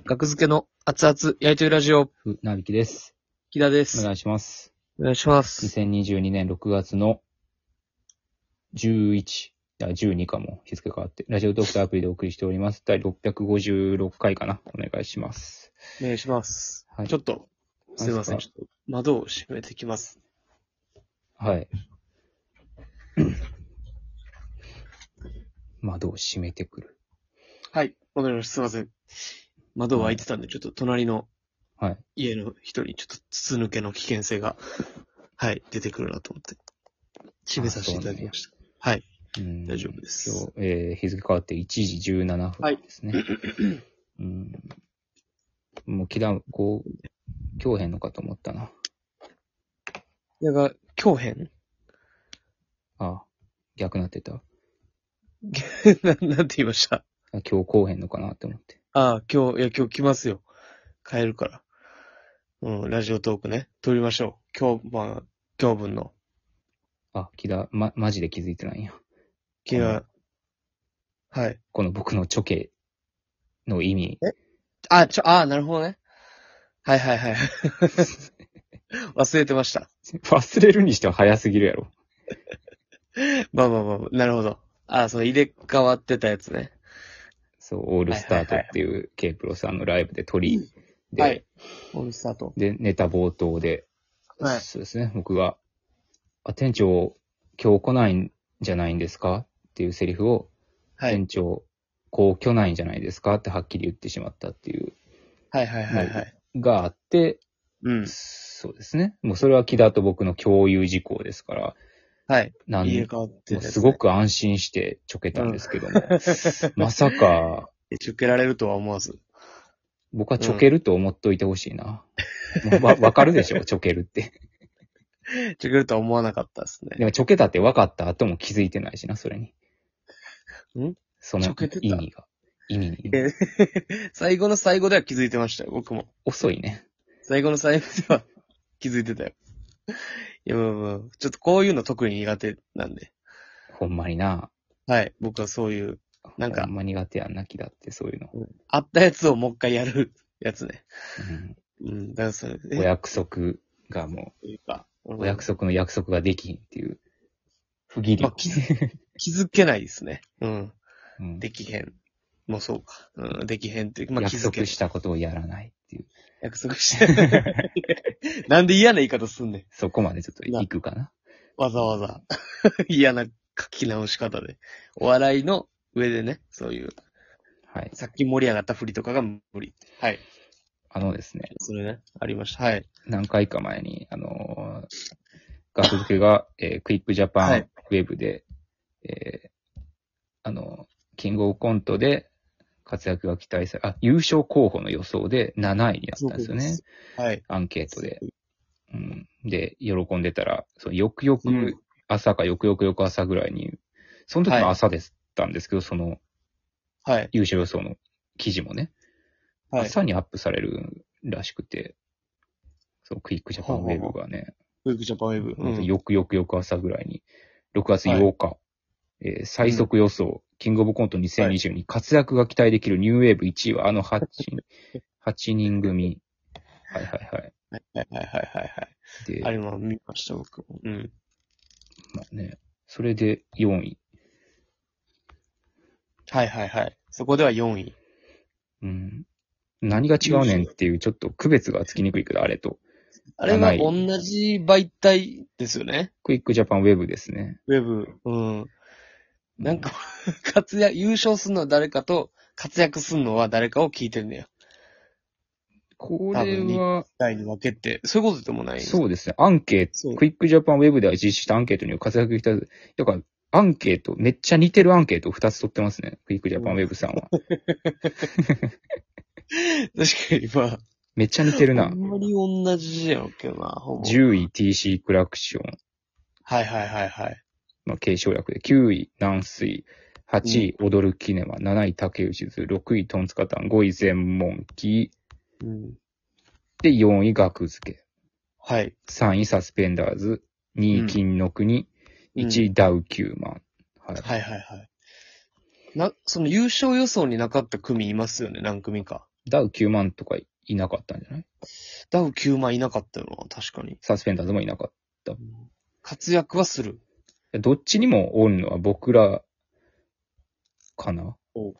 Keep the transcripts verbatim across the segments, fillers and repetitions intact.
学付けの熱々焼いてるラジオ、 ふなびきです。 木田です。 お願いします。 お願いします。 にせんにじゅうにねんろくがつのじゅういち、あじゅうにかも日付変わって、ラジオトークとアプリでお送りしております。だいろっぴゃくごじゅうろっかいかな。お願いします。 お願いします。 はい。 ちょっと、すいません。 なんすちょっと窓を閉めてきます。 はい。窓を閉めてくる。 はい。戻りました。すいません。窓が開いてたんで、ちょっと隣のはい。 家の人にちょっと筒抜けの危険性が、はい、出てくるなと思って、閉めさせていただきました。はい。 うん大丈夫です。 今日、えー、日付変わっていちじじゅうななふんですね。 はい。 うん、もう、きだ、こう、今日へんのかと思ったな。 だから、今日編あ、逆なってた。 な、なんて言いました？ あ今日こうへんのかなって思って。 ああ、今日、いや、今日来ますよ。帰るから。うん、ラジオトークね。撮りましょう。今日、まあ、今日分の。 あ、木田、ま、マジで気づいてないんや。 気が、はい。 この僕のチョケの意味。 えあ、ちょ、あ、なるほどね。はいはいはい。忘れてました。 忘れるにしては早すぎるやろ。 まあまあまあ、なるほど。あ、その入れ替わってたやつね。 そう、オールスタートっていう K プロさんのライブで撮り、で、 はい。オールスタート。 で、ネタ冒頭で、 はいそうですね、僕が、あ、店長、今日来ないんじゃないんですかっていうセリフを、 はい店。長、こう来ないんじゃないですかってはっきり言ってしまったっていうはいはいはいはい。 があって、 うん。 そうですね。もうそれは木田と僕の共有事項ですから、 はい。 なん入れ替わってたやつねもうすごく安心してちょけたんですけども、まさか、 ちゅけられるとは思わず。 僕はちょけると思っといてほしいな。もうわ、わかるでしょちょけるって。 ちゅけるとは思わなかったですね。 でもちょけたって分かった後も気づいてないしな、それに。 んそのちょけてた意味が。意味に。 え最後の最後では気づいてましたよ、僕も。 遅いね。 最後の最後では気づいてたよ。いや、まあまあ、ちょっとこういうの特に苦手なんで。 ほんまにな。 はい。僕はそういう、なんかほんま苦手やんな、木田ってそういうの。 あったやつをもう一回やるやつね。 うん。 うん。だからそれ、 お約束がもというか、 う、 うんお約束の約束ができひんっていう、不義理。 まあ、気づ、気づけないですね。うん。 うん、 できへん。もうそうか。うん。できへんっていうか、まあ気約づけない。 束したことをやらないっていう。 約束して。なんで嫌な言い方すんねん。 そこまでちょっと行くかな。 わざわざ。嫌な書き直し方で。お笑いの上でね、そういう、 はい。 さっき盛り上がった振りとかが無理。はい。 あのですね、 それね、ありました。はい。 何回か前に、あのー学付けが、えークイックジャパンはいウェブで、えーあの、キングオブコントで活躍が期待され、あ、優勝候補の予想でなないになったんですよね。 はい。 アンケートで。うん、で、喜んでたら、そのよくよくうん朝かよくよく翌朝ぐらいに、その時も朝でしたんですけど、そのはい。 優勝予想の記事もね、 はい。 朝にアップされるらしくて、そう、クイックジャパンウェブがね、 クイックジャパンウェブ。うん。 よくよく翌朝ぐらいに、ろくがつようか、えー最速予想、キングオブコントにせんにじゅうに、活躍が期待できるニューウェーブいちいはあのはち、はちにん組。はいはいはい。 はいはいはいはいはい。 で、 あれも見ました、僕も。うん。 まあね、それでよんい。 はいはいはい。そこではよんい。 うん。何が違うねんっていう、ちょっと区別がつきにくいけど、あれと。 あれは同じ媒体ですよね。 クイックジャパンウェブですね。 ウェブ。うん。なんか、活躍、優勝するのは誰かと、活躍するのは誰かを聞いてんねや。 これ多分には、 代に分けて。そういうことでもない。 そうですね。アンケーそうト、クイックジャパンウェブでは実施したアンケートには活躍した、だから、アンケート、めっちゃ似てるアンケートをふたつ取ってますね。クイックジャパンウェブさんは。 確かに、まあ。 めっちゃ似てるな。 あんまり同じやろうけどな、ほぼ。 じゅうい ティーシー クラクション。 はいはいはいはい。 まあ、継承略で。きゅうい軟水。はちい踊るキネマ。なない竹内図。ろくいトンツカタン。ごい全問記。 うん。 で、よんい学付け。 はい。 さんいサスペンダーズ。にい金の国。 うんいちいダウキューマン。はい。 はいはいはい。な、その優勝予想になかった組いますよね、何組か。 ダウきゅうまんとかいなかったんじゃない？ ダウきゅうまんいなかったよな、確かに。 サスペンダーズもいなかっ活躍はする。 た。どっちにもおるのは僕らかな？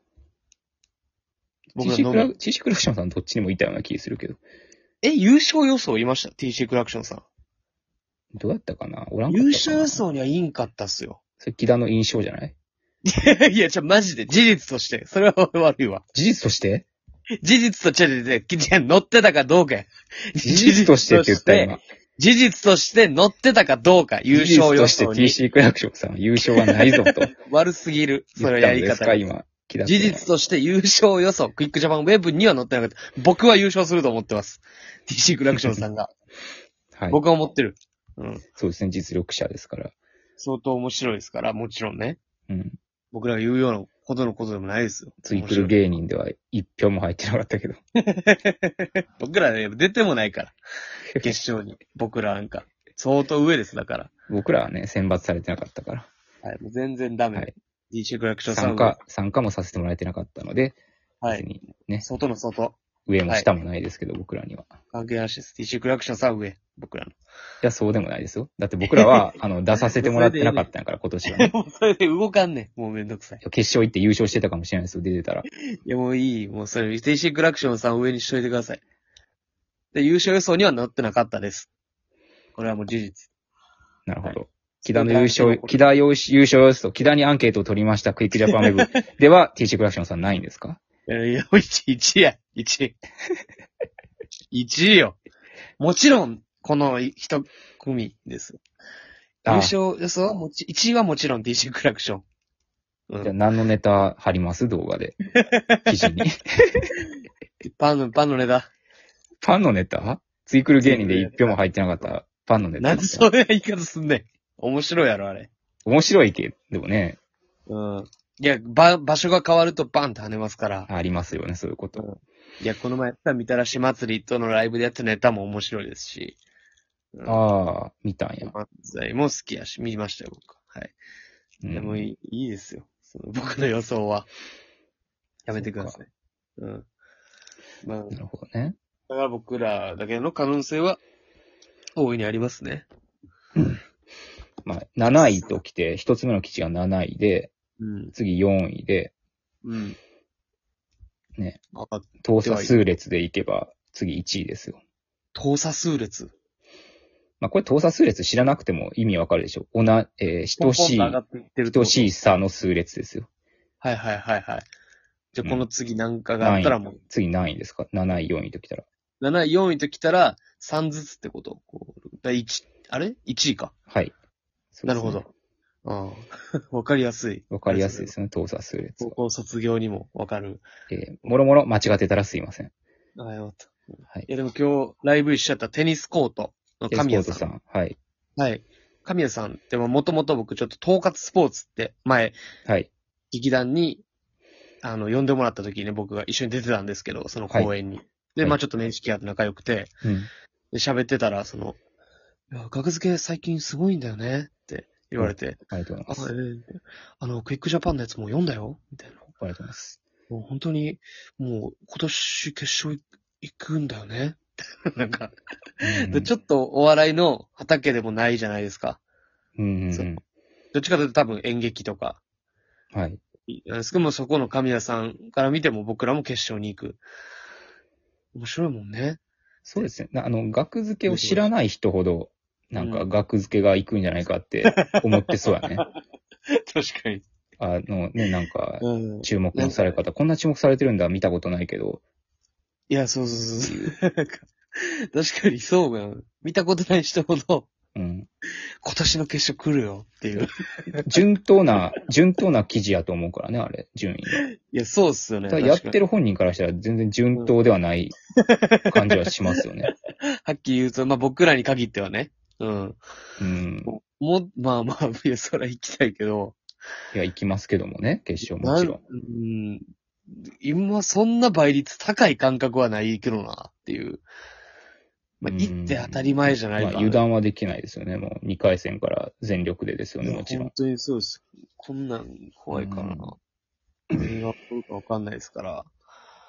僕 ?ティーシーらのみ。 クラティーシー クラクションさんどっちにもいたような気するけど。 え、優勝予想いました ?ティーシー クラクションさん。 どうやったかな？おらんかったかな。 優勝予想にはいいんかったっすよ。 それ、木田の印象じゃない？ いや、ちょ、マジで、事実として。それは悪いわ。 事実として事実と、ちょ、ちょ、ちょ、じゃ乗ってたかどうかや。 事実としてって言った今。 事実として乗ってたかどうか、優勝予想に。 事実として ティーシー クラクションさんは優勝はないぞと。 悪すぎる。それ言ったやり方が。 んですか、今。木田君は事実として優勝予想、クイックジャパンウェブには載ってなかった。僕は優勝すると思ってます。ティーシー クラクションさんが。 はい。 僕は思ってる。うん。 そうですね、実力者ですから。 相当面白いですから、もちろんね。 うん。 僕らが言うようなことのことでもないですよ。 ツイクル芸人では一票も入ってなかったけど。 僕らね、出てもないから。決勝に。僕らなんか。相当上です、だから。 僕らはね、選抜されてなかったから。 はい。もう全然ダメ。 はいティーシー クラクションさん参加、参加もさせてもらえてなかったので、 はい。 別にね、 外の外。 上も下もないですけど、僕らには。い関係なしです。ティーシー クラクションさん上。僕らの。 や、そうでもないですよ。だって僕らは、あの、出させてもらってなかったんやから、今年はね。 もうそれで動かんねん。もうめんどくさい。 決勝行って優勝してたかもしれないですよ、出てたら。 いや、もういい。もうそれ、ティーシー クラクションさん上にしといてください。で、優勝予想には載ってなかったです。これはもう事実。 なるほど。 は木田の優勝、木田優勝予想、木田にアンケートを取りました、クイックジャパンウェブでは、ティーシー クラクションさんないんですか？ いや、いや、いちいや。いちい。いちいよ。もちろん、この一組です。優ああ勝予想はもち、いちいはもちろん ティーシー クラクション。うじゃあん。 何のネタ貼ります動画で。記事に。 パンの、パンのネタ。 パンのネタツイクル芸人で一票も入ってなかったパンのネタなんでそういう言い方すんねん。面白いやろ、あれ。 面白いけどね、 うん。いや、ば、場所が変わるとバンって跳ねますから。 ありますよね、そういうこと。 いや、この前やったみたらし祭りとのライブでやったネタも面白いですし。うん、 ああ、見たんや。 漫才も好きやし、見ましたよ、僕。はい。 うんでもいい、いいですよ。その僕の予想は。やめてください。うん。まあ、 なるほどね。 だから僕らだけの可能性は大いにありますね。 まあ、なないと来て、一つ目の基地がなないで、 うん。 次よんいで、 うん。 ね。 わかっ等差数列でいけば、次いちいですよ。 等差数列。 まあ、これ等差数列知らなくても意味わかるでしょ。おな、えー、等しい、 ポンポンと上がっていってるってこと等しい差の数列ですよ。 はいはいはいはい。じゃあうんこの次なんかがあったらもう、 次何位ですか ?なない、よんいと来たら。 なない、よんいと来たらさんずつってことこうだいち、あれ ?いち 位か。 はい。 なるほど。。ああ。わかりやすい。 わかりやすいですよね、等差数列は。 高校卒業にもわかる。 えー、もろもろ間違ってたらすいません。 ああ、よかった。 はい。 いやでも今日ライブ一緒やったテニスコートの神谷さん。 エスコートさん。はい。 はい。神谷さんってもともと僕ちょっと統括スポーツって前、 はい。 劇団に、あの、呼んでもらった時にね、僕が一緒に出てたんですけど、その公演に。で、 はいまあちょっと面識あって仲良くて、 うん。 で、喋ってたら、その、いや、学付け最近すごいんだよねって言われて、 ありがとうございあ、えます。 ーあの、クイックジャパンのやつも読んだよみたいな。 ありがとうございます。 もう本当に、もう今年決勝行くんだよねなんか、 うんで、ちょっとお笑いの畑でもないじゃないですか。 うんうんうん。 そうどっちかというと多分演劇とか。 はい。 ですけども、そこの神谷さんから見ても僕らも決勝に行く。面白いもんね。 そうですね。なあの、学付けを知らない人ほど、なんか学付けが行くんじゃないかって思ってそうやね。 確かに。 あのね、なんか、 うん。 注目のされ方、こんな注目されてるんだ、見たことないけど、 いや、そうそうそうそう。なんか確かにそうやん。見たことない人ほど、 うん。 今年の決勝来るよっていう。 順当な、順当な記事やと思うからね、あれ、順位が。 いや、そうっすよね。 ただやってる。 る本人からしたら全然順当ではない感じはしますよね。 はっきり言うと、まあ僕らに限ってはね。うん。 うん。 もう、まあまあ、いや、そら行きたいけど。 いや、行きますけどもね、決勝もちろん。 なんうん。今、そんな倍率高い感覚はないけどな、っていう。まあ、行って当たり前じゃないかまあ、油断はできないですよね。もうにかい戦から全力でですよね、もちろん本。当にそうです。こんなん怖いからな。何が起こるかわかんないですから。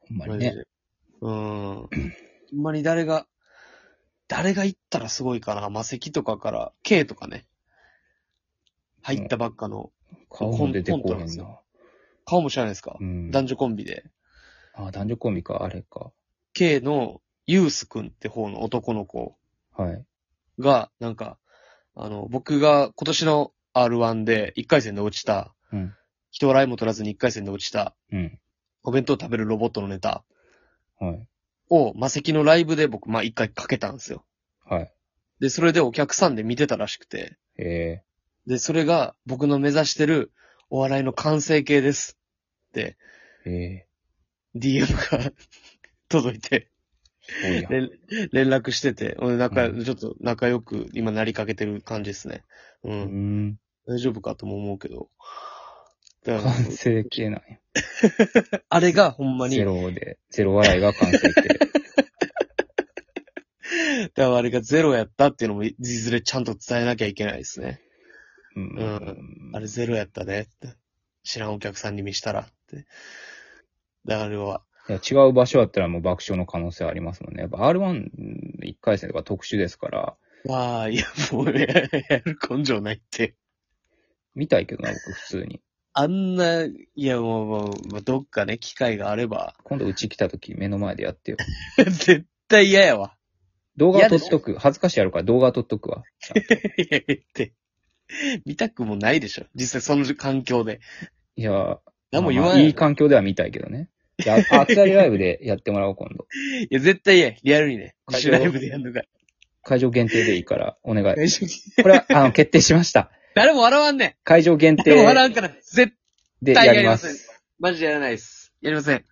ほんまにね。 うーん。ほんまに誰が、誰が行ったらすごいかな。魔石とかから、K とかね。入ったばっかの、 顔も出てこうへんな。 顔も知らないですか、 うん。 男女コンビで。 あ、男女コンビか、あれか。 K のユースくんって方の男の子はい。 が、なんか、あの、僕が今年の アールワン でいっかい戦で落ちた、 うん。 人笑いも取らずにいっかい戦で落ちた、 うん。 お弁当食べるロボットのネタはい。 を、魔石のライブで僕、まあ、いっかいかけたんですよ。 はい。 で、それでお客さんで見てたらしくて、 へえ。 で、それが僕の目指してるお笑いの完成形ですってへえ。 ディーエム が届いて、 すごいやん。 連連絡してて、俺仲、 うんちょっと仲良く今なりかけてる感じですね。う。 うんん。 大丈夫かとも思うけど。だから完成形なんや。 あれがほんまに、 ゼロで、ゼロ笑いが完成形。 だからあれがゼロやったっていうのもいずれちゃんと伝えなきゃいけないですね。 ううんん。あれゼロやったねって。知らんお客さんに見したらって。だからあれは、 いや、違う場所だったらもう爆笑の可能性ありますもんね。やっぱ アールワンいっかい戦とか特殊ですから、 まあ、いや、もうや、やる根性ないって。 見たいけどな、僕普通に。 あんな、いや、もう、もう、もうどっかね、機会があれば。 今度うち来た時目の前でやってよ。 絶対嫌やわ。 動画撮っとく。恥ずかしいやるから動画撮っとくわ。 いや、言って。見たくもないでしょ。実際その環境で。 いや、 何も言わない。 まあまあいい環境では見たいけどね。いや、あ、アクアリライブでやってもらおう、今度。 いや、絶対嫌や。リアルにね。自主ライブでやんのかい。 会場限定でいいから、お願い。 会場これは、あの、決定しました。 誰も笑わんねん。 会場限誰も笑わ定んから、絶で対やりまやりませんす。。 マジでやらないです。やりません。